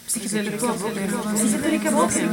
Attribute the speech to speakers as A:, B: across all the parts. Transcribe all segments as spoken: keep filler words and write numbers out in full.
A: Psychedelika Boker. Psychedelika Boker.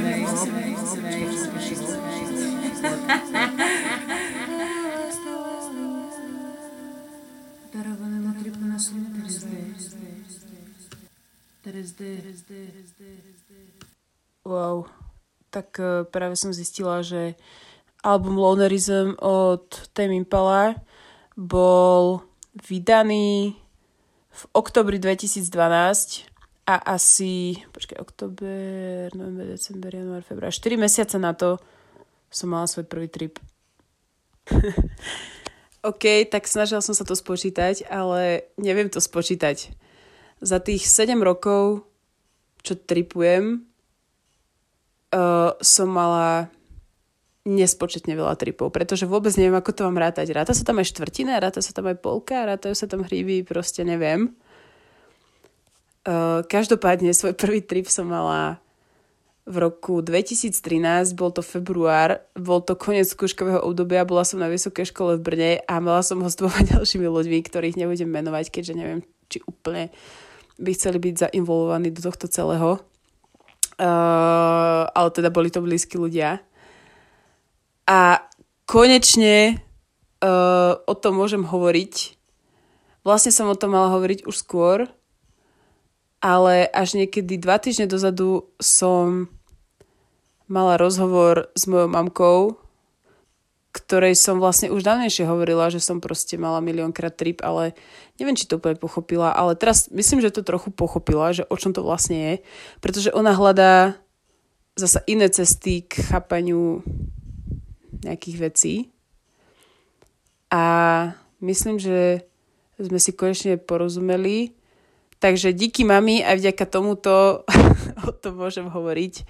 A: Darovanému tripu na svoj
B: Wow, tak uh, práve som zistila, že album Lonerism od Tame Impala bol vydaný v októbri dvetisícdvanásť a asi, počkaj, október, november, december, január, február, štyri mesiace na to som mala svoj prvý trip. OK, tak snažila som sa to spočítať, ale neviem to spočítať. Za tých sedem rokov, čo tripujem, uh, som mala nespočetne veľa tripov, pretože vôbec neviem, ako to mám rátať. Ráta sa tam aj štvrtina, ráta sa tam aj polka, rátajú sa tam hríby, proste neviem. Uh, každopádne svoj prvý trip som mala v roku dvetisíctrinásť, bol to február, bol to koniec skúškového obdobia, bola som na vysokej škole v Brne a mala som ho s dvoma ďalšími ľuďmi, ktorých nebudem menovať, keďže neviem, či úplne by chceli byť zainvolvovaní do tohto celého. Uh, ale teda boli to blízki ľudia. A konečne uh, o tom môžem hovoriť. Vlastne som o tom mala hovoriť už skôr, ale až niekedy dva týždne dozadu som mala rozhovor s mojou mamkou, ktorej som vlastne už dávnejšie hovorila, že som proste mala miliónkrát trip, ale neviem, či to úplne pochopila, ale teraz myslím, že to trochu pochopila, že o čom to vlastne je, pretože ona hľadá zasa iné cesty k chápaniu nejakých vecí. A myslím, že sme si konečne porozumeli. Takže díky mami aj vďaka tomuto o tom môžem hovoriť.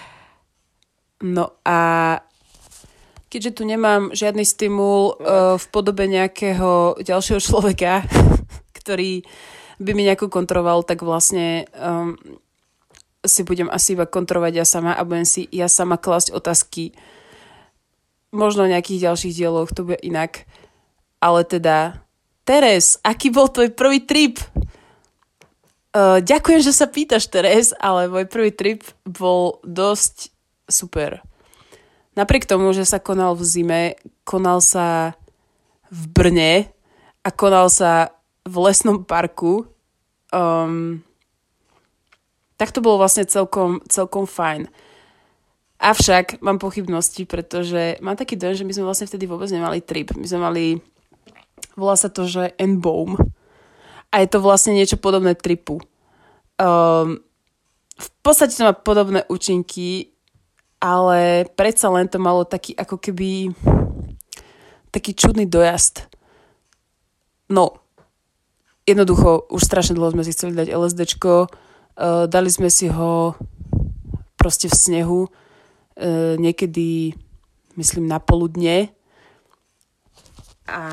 B: No a keďže tu nemám žiadny stimul uh, v podobe nejakého ďalšieho človeka, ktorý by mi nejako kontroval, tak vlastne um, si budem asi iba kontrovať ja sama a budem si ja sama klásť otázky. Možno v nejakých ďalších dieloch to bude inak. Ale teda, Teres, aký bol tvoj prvý trip? Uh, ďakujem, že sa pýtaš, Teres, ale môj prvý trip bol dosť super. Napriek tomu, že sa konal v zime, konal sa v Brne a konal sa v lesnom parku, um, tak to bolo vlastne celkom, celkom fajn. Avšak mám pochybnosti, pretože mám taký dojem, že my sme vlastne vtedy vôbec nemali trip. My sme mali, volá sa to, že N-Boom. A je to vlastne niečo podobné tripu. Um, v podstate to má podobné účinky, ale predsa len to malo taký ako keby taký čudný dojazd. No, jednoducho, už strašne dlho sme si chceli dať LSDčko, uh, dali sme si ho proste v snehu, uh, niekedy, myslím, na poludne. A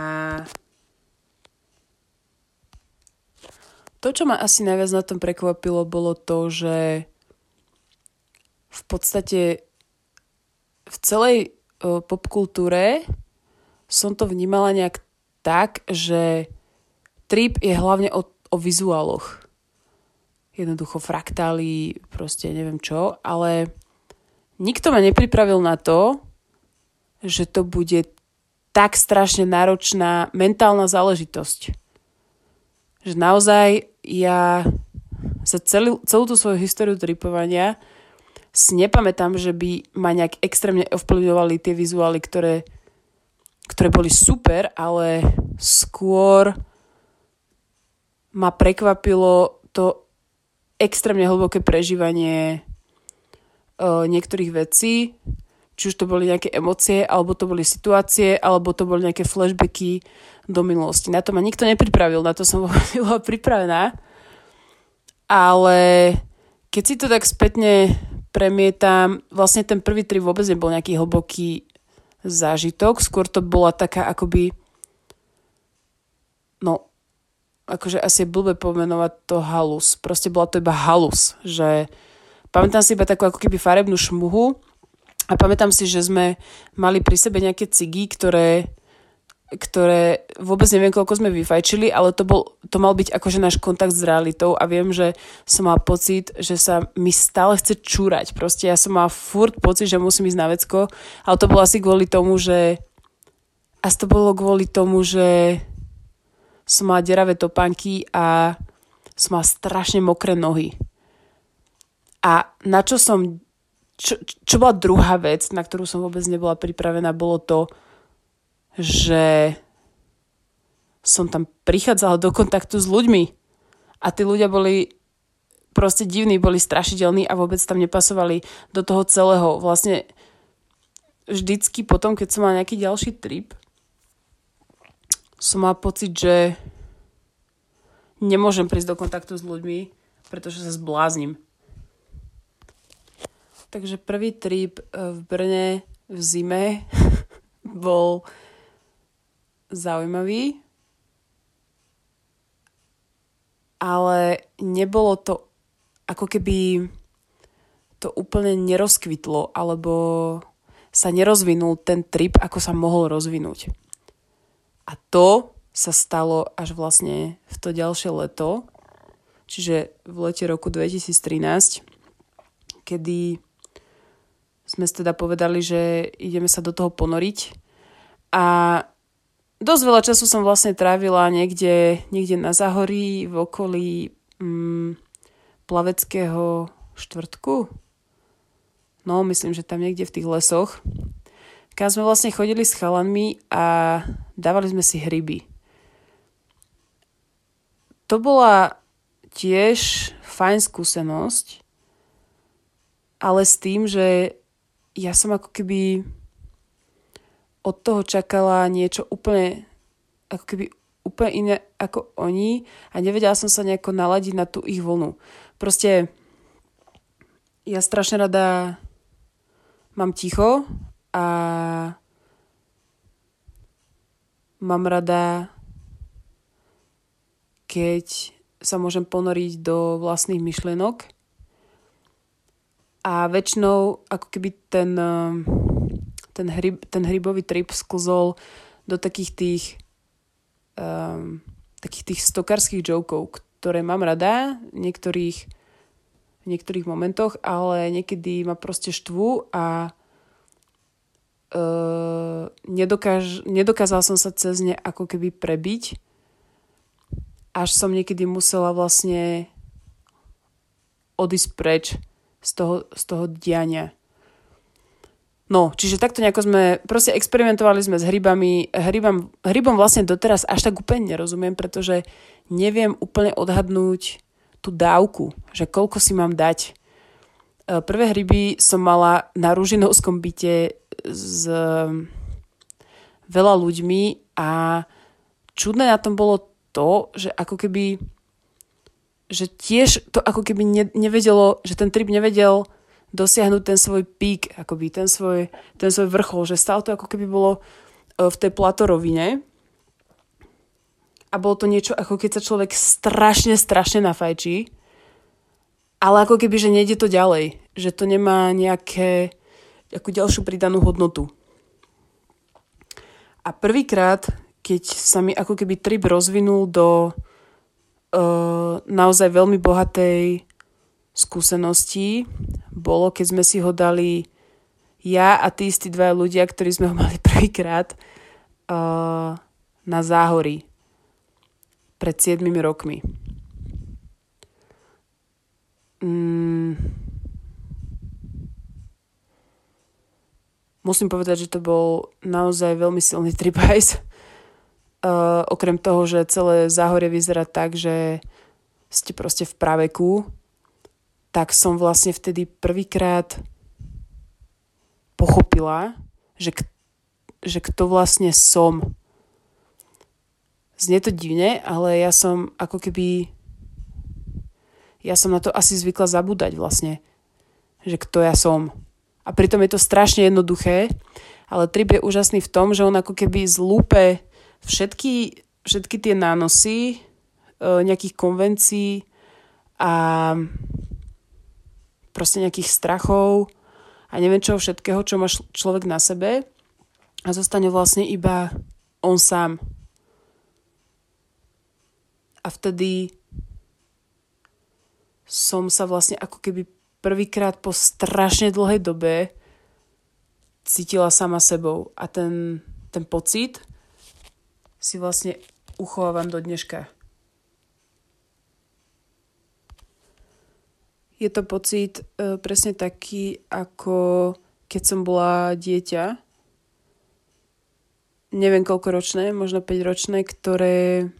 B: to, čo ma asi najviac na tom prekvapilo, bolo to, že v podstate v celej uh, popkultúre som to vnímala nejak tak, že trip je hlavne o, o vizuáloch. Jednoducho fraktály, proste neviem čo, ale nikto ma nepripravil na to, že to bude tak strašne náročná mentálna záležitosť. Že naozaj ja za celú, celú tú svoju históriu tripovania si nepamätám, že by ma nejak extrémne ovplyvňovali tie vizuály, ktoré, ktoré boli super, ale skôr ma prekvapilo to extrémne hlboké prežívanie uh, niektorých vecí, či už to boli nejaké emócie, alebo to boli situácie, alebo to boli nejaké flashbacky do minulosti. Na to ma nikto nepripravil, na to som bola pripravená. Ale keď si to tak spätne premietam, vlastne ten prvý trip vôbec nebol nejaký hlboký zážitok, skôr to bola taká akoby, no, akože asi je blbé pomenovať to halus. Proste bola to iba halus, že pamätám si iba takú ako keby farebnú šmuhu a pamätám si, že sme mali pri sebe nejaké cigy, ktoré ktoré vôbec neviem, koľko sme vyfajčili, ale to, bol, to mal byť akože náš kontakt s realitou a viem, že som mal pocit, že sa mi stále chce čúrať. Proste ja som mal furt pocit, že musím ísť na vecko, ale to bolo asi kvôli tomu, že asi to bolo kvôli tomu, že som mala deravé topánky a som mala strašne mokré nohy. A na čo som, čo, čo bola druhá vec, na ktorú som vôbec nebola pripravená, bolo to, že som tam prichádzala do kontaktu s ľuďmi a tí ľudia boli proste divní, boli strašidelní a vôbec tam nepasovali do toho celého. Vlastne vždycky potom, keď som mala nejaký ďalší trip, som mala pocit, že nemôžem prísť do kontaktu s ľuďmi, pretože sa zbláznim. Takže prvý trip v Brne v zime bol zaujímavý, ale nebolo to, ako keby to úplne nerozkvitlo, alebo sa nerozvinul ten trip, ako sa mohol rozvinúť. A to sa stalo až vlastne v to ďalšie leto, čiže v lete roku dvetisíctrinásť, kedy sme si teda povedali, že ideme sa do toho ponoriť a dosť veľa času som vlastne trávila niekde, niekde na Záhorí v okolí mm, Plaveckého štvrtku. No, myslím, že tam niekde v tých lesoch. Kam sme vlastne chodili s chalanmi a dávali sme si hryby. To bola tiež fajn skúsenosť, ale s tým, že ja som ako keby od toho čakala niečo úplne, ako keby úplne iné ako oni a nevedela som sa nejako naladiť na tú ich vlnu. Proste ja strašne rada mám ticho a mám rada, keď sa môžem ponoriť do vlastných myšlienok a väčšinou ako keby ten Ten, hryb, ten hrybový trip sklzol do takých tých um, takých tých stokárskych jokov, ktoré mám rada v niektorých, v niektorých momentoch, ale niekedy ma proste štvú a uh, nedokáž, nedokázala som sa cez ne ako keby prebiť, až som niekedy musela vlastne odísť preč z toho, z toho diania. No, čiže takto nejako sme, proste experimentovali sme s hrybami. Hrybom, hrybom vlastne doteraz až tak úplne nerozumiem, pretože neviem úplne odhadnúť tú dávku, že koľko si mám dať. Prvé hryby som mala na Ružinovskom byte s veľa ľuďmi a čudné na tom bolo to, že ako keby, že tiež to ako keby ne, nevedelo, že ten trip nevedel dosiahnuť ten svoj pík, akoby ten svoj, ten svoj vrchol, že stále to ako keby bolo v tej platorovine a bolo to niečo, ako keď sa človek strašne, strašne nafajčí, ale ako keby, že nejde to ďalej, že to nemá nejaké akú ďalšiu pridanú hodnotu. A prvýkrát, keď sa mi ako keby trip rozvinul do uh, naozaj veľmi bohatej skúseností, bolo, keď sme si ho dali ja a tí istí dvaja ľudia, ktorí sme ho mali prvýkrát uh, na Záhorí pred siedmimi rokmi. Mm. Musím povedať, že to bol naozaj veľmi silný tripajs. Uh, okrem toho, že celé Záhorie vyzerá tak, že ste proste v praveku, tak som vlastne vtedy prvýkrát pochopila, že, k- že kto vlastne som. Znie to divne, ale ja som ako keby ja som na to asi zvykla zabúdať vlastne, že kto ja som. A pritom je to strašne jednoduché, ale trip je úžasný v tom, že on ako keby zlúpe všetky, všetky tie nánosy e, nejakých konvencií a proste nejakých strachov a neviem čoho všetkého, čo má človek na sebe a zostane vlastne iba on sám. A vtedy som sa vlastne ako keby prvýkrát po strašne dlhej dobe cítila sama sebou. A ten, ten pocit si vlastne uchovávam do dneška. Je to pocit e, presne taký, ako keď som bola dieťa, neviem koľko ročné, možno päť ročné, ktoré,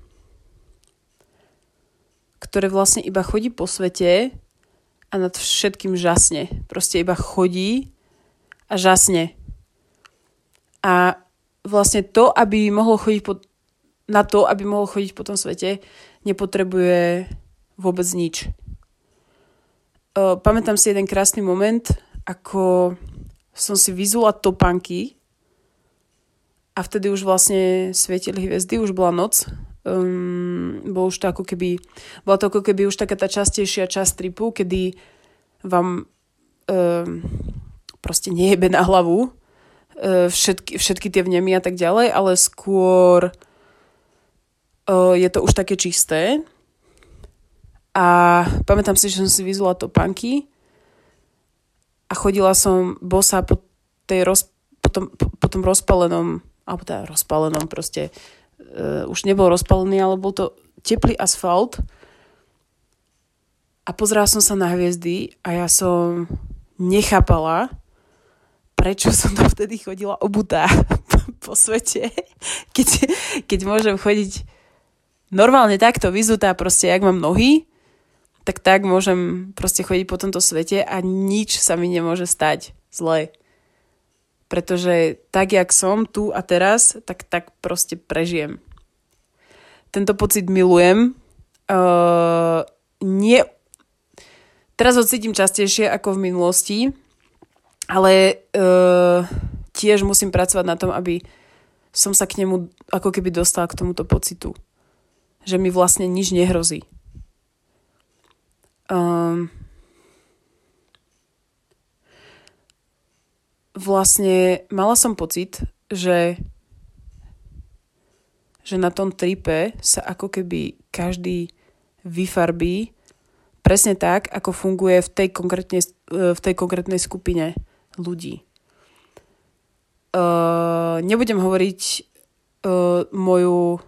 B: ktoré vlastne iba chodí po svete a nad všetkým žasne. Proste iba chodí a žasne. A vlastne to, aby mohlo chodiť po, na to, aby mohol chodiť po tom svete, nepotrebuje vôbec nič. Pamätám si jeden krásny moment, ako som si vyzula topánky a vtedy už vlastne svietili hviezdy, už bola noc. Um, bolo už to ako keby, bola to ako keby už taká tá častejšia časť tripu, kedy vám um, proste nejebe na hlavu uh, všetky, všetky tie vnemy a tak ďalej, ale skôr uh, je to už také čisté. A pamätám si, že som si vyzula topánky a chodila som bosa po, tej roz, po, tom, po, po tom rozpalenom, alebo teda rozpalenom proste, uh, už nebol rozpalený, ale bol to teplý asfalt. A pozerala som sa na hviezdy a ja som nechápala, prečo som to vtedy chodila obutá po svete, keď, keď môžem chodiť normálne takto vyzutá, proste jak mám nohy, tak tak môžem proste chodiť po tomto svete a nič sa mi nemôže stať zle. Pretože tak, jak som tu a teraz, tak, tak proste prežijem. Tento pocit milujem. Uh, nie... Teraz ho cítim častejšie ako v minulosti, ale uh, tiež musím pracovať na tom, aby som sa k nemu ako keby dostala k tomuto pocitu. Že mi vlastne nič nehrozí. Um, vlastne mala som pocit, že, že na tom tripe sa ako keby každý vyfarbí presne tak, ako funguje v tej konkrétnej, v tej konkrétnej skupine ľudí. Uh, nebudem hovoriť uh, moju,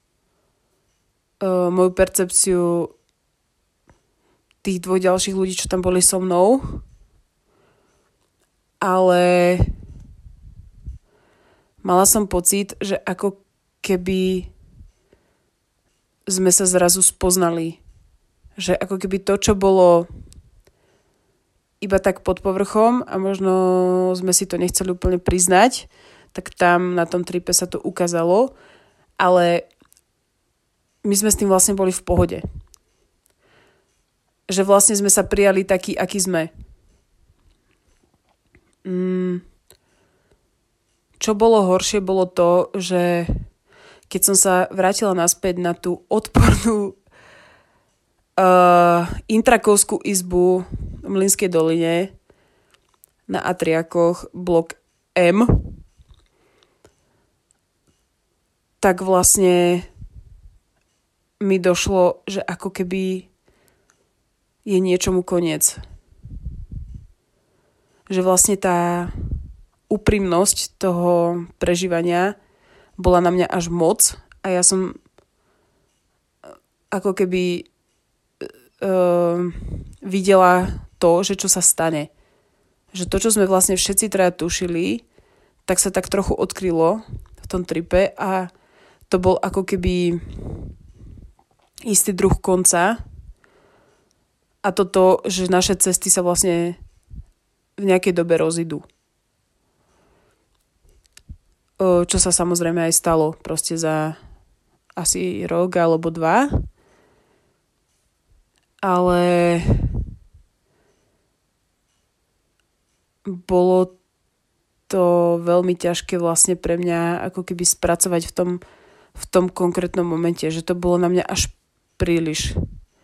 B: uh, moju percepciu tých dvoch ďalších ľudí, čo tam boli so mnou. Ale mala som pocit, že ako keby sme sa zrazu spoznali. Že ako keby to, čo bolo iba tak pod povrchom a možno sme si to nechceli úplne priznať, tak tam na tom tripe sa to ukázalo. Ale my sme s tým vlastne boli v pohode. Že vlastne sme sa prijali taký, aký sme. Mm. Čo bolo horšie, bolo to, že keď som sa vrátila naspäť na tú odpornú uh, intrakovskú izbu v Mlynskej doline na Atriakoch, blok M, tak vlastne mi došlo, že ako keby je niečomu koniec. Že vlastne tá úprimnosť toho prežívania bola na mňa až moc a ja som ako keby uh, videla to, že čo sa stane. Že to, čo sme vlastne všetci traja tušili, tak sa tak trochu odkrylo v tom tripe a to bol ako keby istý druh konca. A toto, že naše cesty sa vlastne v nejakej dobe rozidú. Čo sa samozrejme aj stalo proste za asi rok alebo dva. Ale bolo to veľmi ťažké vlastne pre mňa ako keby spracovať v tom, v tom konkrétnom momente, že to bolo na mňa až príliš.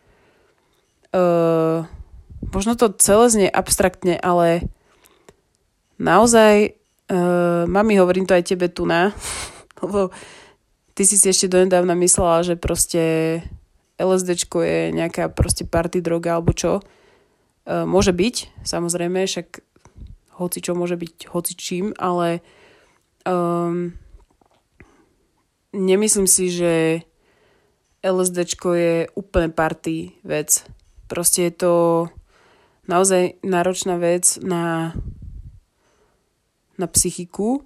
B: Uh, možno to celé znie abstraktne, ale naozaj uh, mami, hovorím to aj tebe tu na, lebo ty si si ešte donedávna myslela, že proste LSDčko je nejaká proste party droga alebo čo. E, môže byť, samozrejme, však hoci čo môže byť hoci čím, ale um, nemyslím si, že LSDčko je úplne party vec. Proste je to naozaj náročná vec na, na psychiku.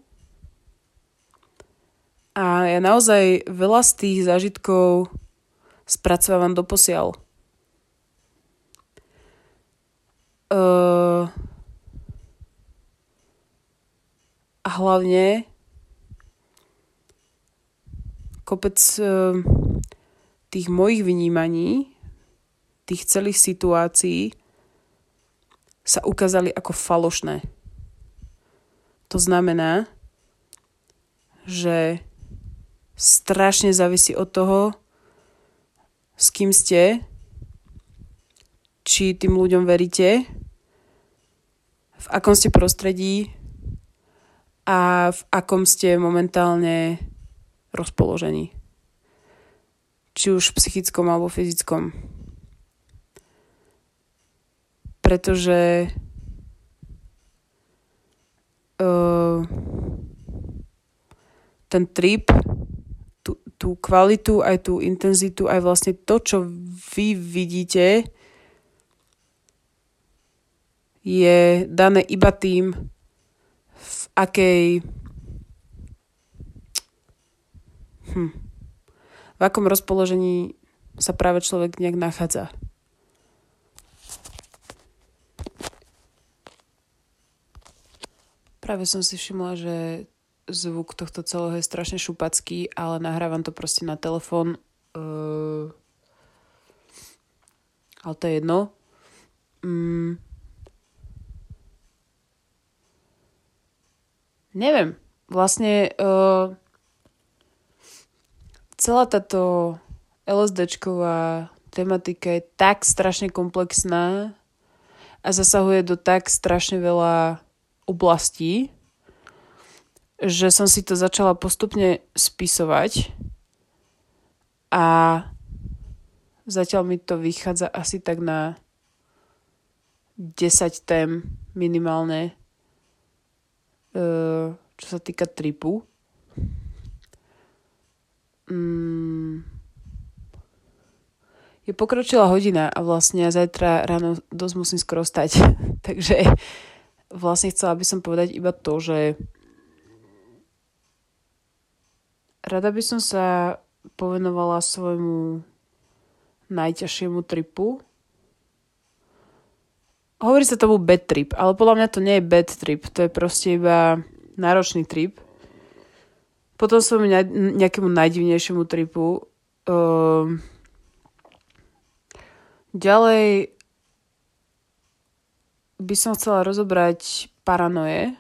B: A ja naozaj veľa z tých zážitkov spracovávam doposiaľ. Uh, a hlavne kopec uh, tých mojich vnímaní, tých celých situácií sa ukázali ako falošné. To znamená, že strašne závisí od toho, s kým ste, či tým ľuďom veríte, v akom ste prostredí a v akom ste momentálne rozpoložení. Či už psychickom alebo fyzickom. Pretože uh, ten trip, tú, tú kvalitu, aj tú intenzitu, aj vlastne to, čo vy vidíte, je dané iba tým, v akej hm, v akom rozpoložení sa práve človek nejak nachádza. Práve som si všimla, že zvuk tohto celého je strašne šupacký, ale nahrávam to proste na telefón. Uh, ale to je jedno. Mm. Neviem. Vlastne uh, celá táto LSDčková tematika je tak strašne komplexná a zasahuje do tak strašne veľa oblastí, že som si to začala postupne spisovať a zatiaľ mi to vychádza asi tak na desať tém minimálne, čo sa týka tripu. Je pokročila hodina a vlastne zajtra ráno dosť musím skoro stať. Takže vlastne chcela by som povedať iba to, že rada by som sa povenovala svojmu najťažšiemu tripu. Hovorí sa tomu bad trip, ale podľa mňa to nie je bad trip, to je proste iba náročný trip. Potom svojmu nejakému najdivnejšiemu tripu. Um, ďalej by som chcela rozobrať paranoje,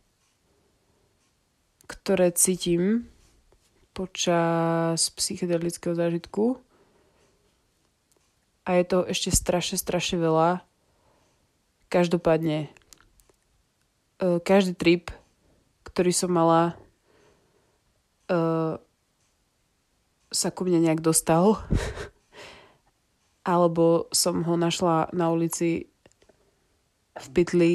B: ktoré cítim počas psychedelického zážitku. A je to ešte strašne, strašne veľa. Každopádne, každý trip, ktorý som mala, sa ku mne nejak dostal. Alebo som ho našla na ulici v pytli,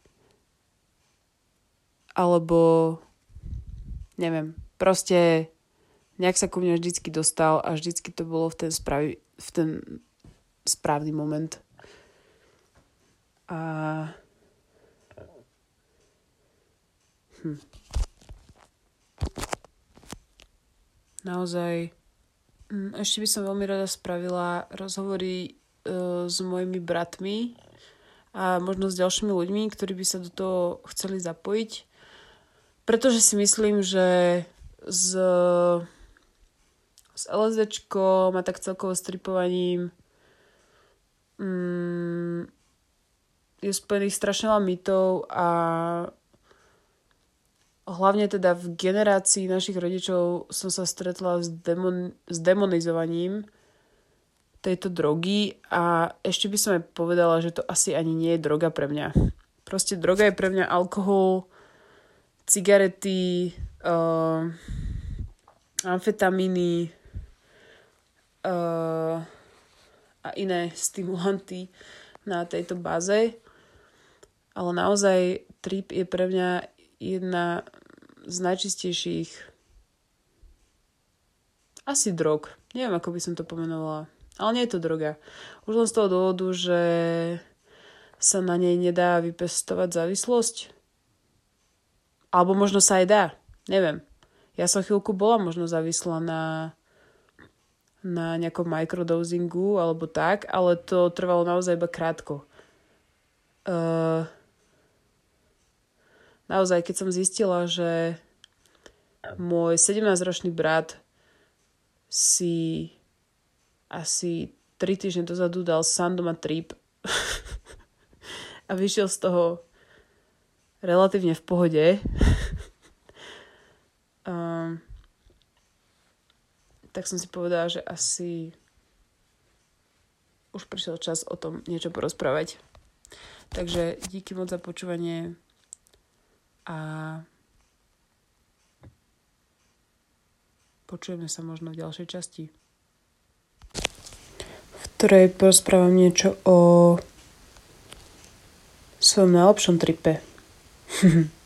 B: alebo neviem, proste nejak sa ku mne vždycky dostal a vždycky to bolo v ten, spravi, v ten správny moment. A hm. Naozaj ešte by som veľmi rada spravila rozhovory uh, s mojimi bratmi a možno s ďalšími ľuďmi, ktorí by sa do toho chceli zapojiť. Pretože si myslím, že s, s LSDčkom a tak celkovo s tripovaním mm, je spojených strašne veľa mýtov a hlavne teda v generácii našich rodičov som sa stretla s, demon, s demonizovaním tejto drogy a ešte by som aj povedala, že to asi ani nie je droga pre mňa. Proste droga je pre mňa alkohol, cigarety, uh, amfetamíny uh, a iné stimulanty na tejto báze. Ale naozaj trip je pre mňa jedna z najčistejších asi drog. Neviem, ako by som to pomenovala. Ale nie je to droga. Už len z toho dôvodu, že sa na nej nedá vypestovať závislosť. Alebo možno sa aj dá. Neviem. Ja som chvíľku bola možno závislá na, na nejakom microdosingu alebo tak, ale to trvalo naozaj iba krátko. Uh, naozaj, keď som zistila, že môj sedemnásťročný brat si asi tri týždne dozadu dal sám doma trip a vyšiel z toho relatívne v pohode. um, tak som si povedala, že asi už prišiel čas o tom niečo porozprávať. Takže díky moc za počúvanie a počujeme sa možno v ďalšej časti, v ktorej porozprávam niečo o svojom najlepšom tripe.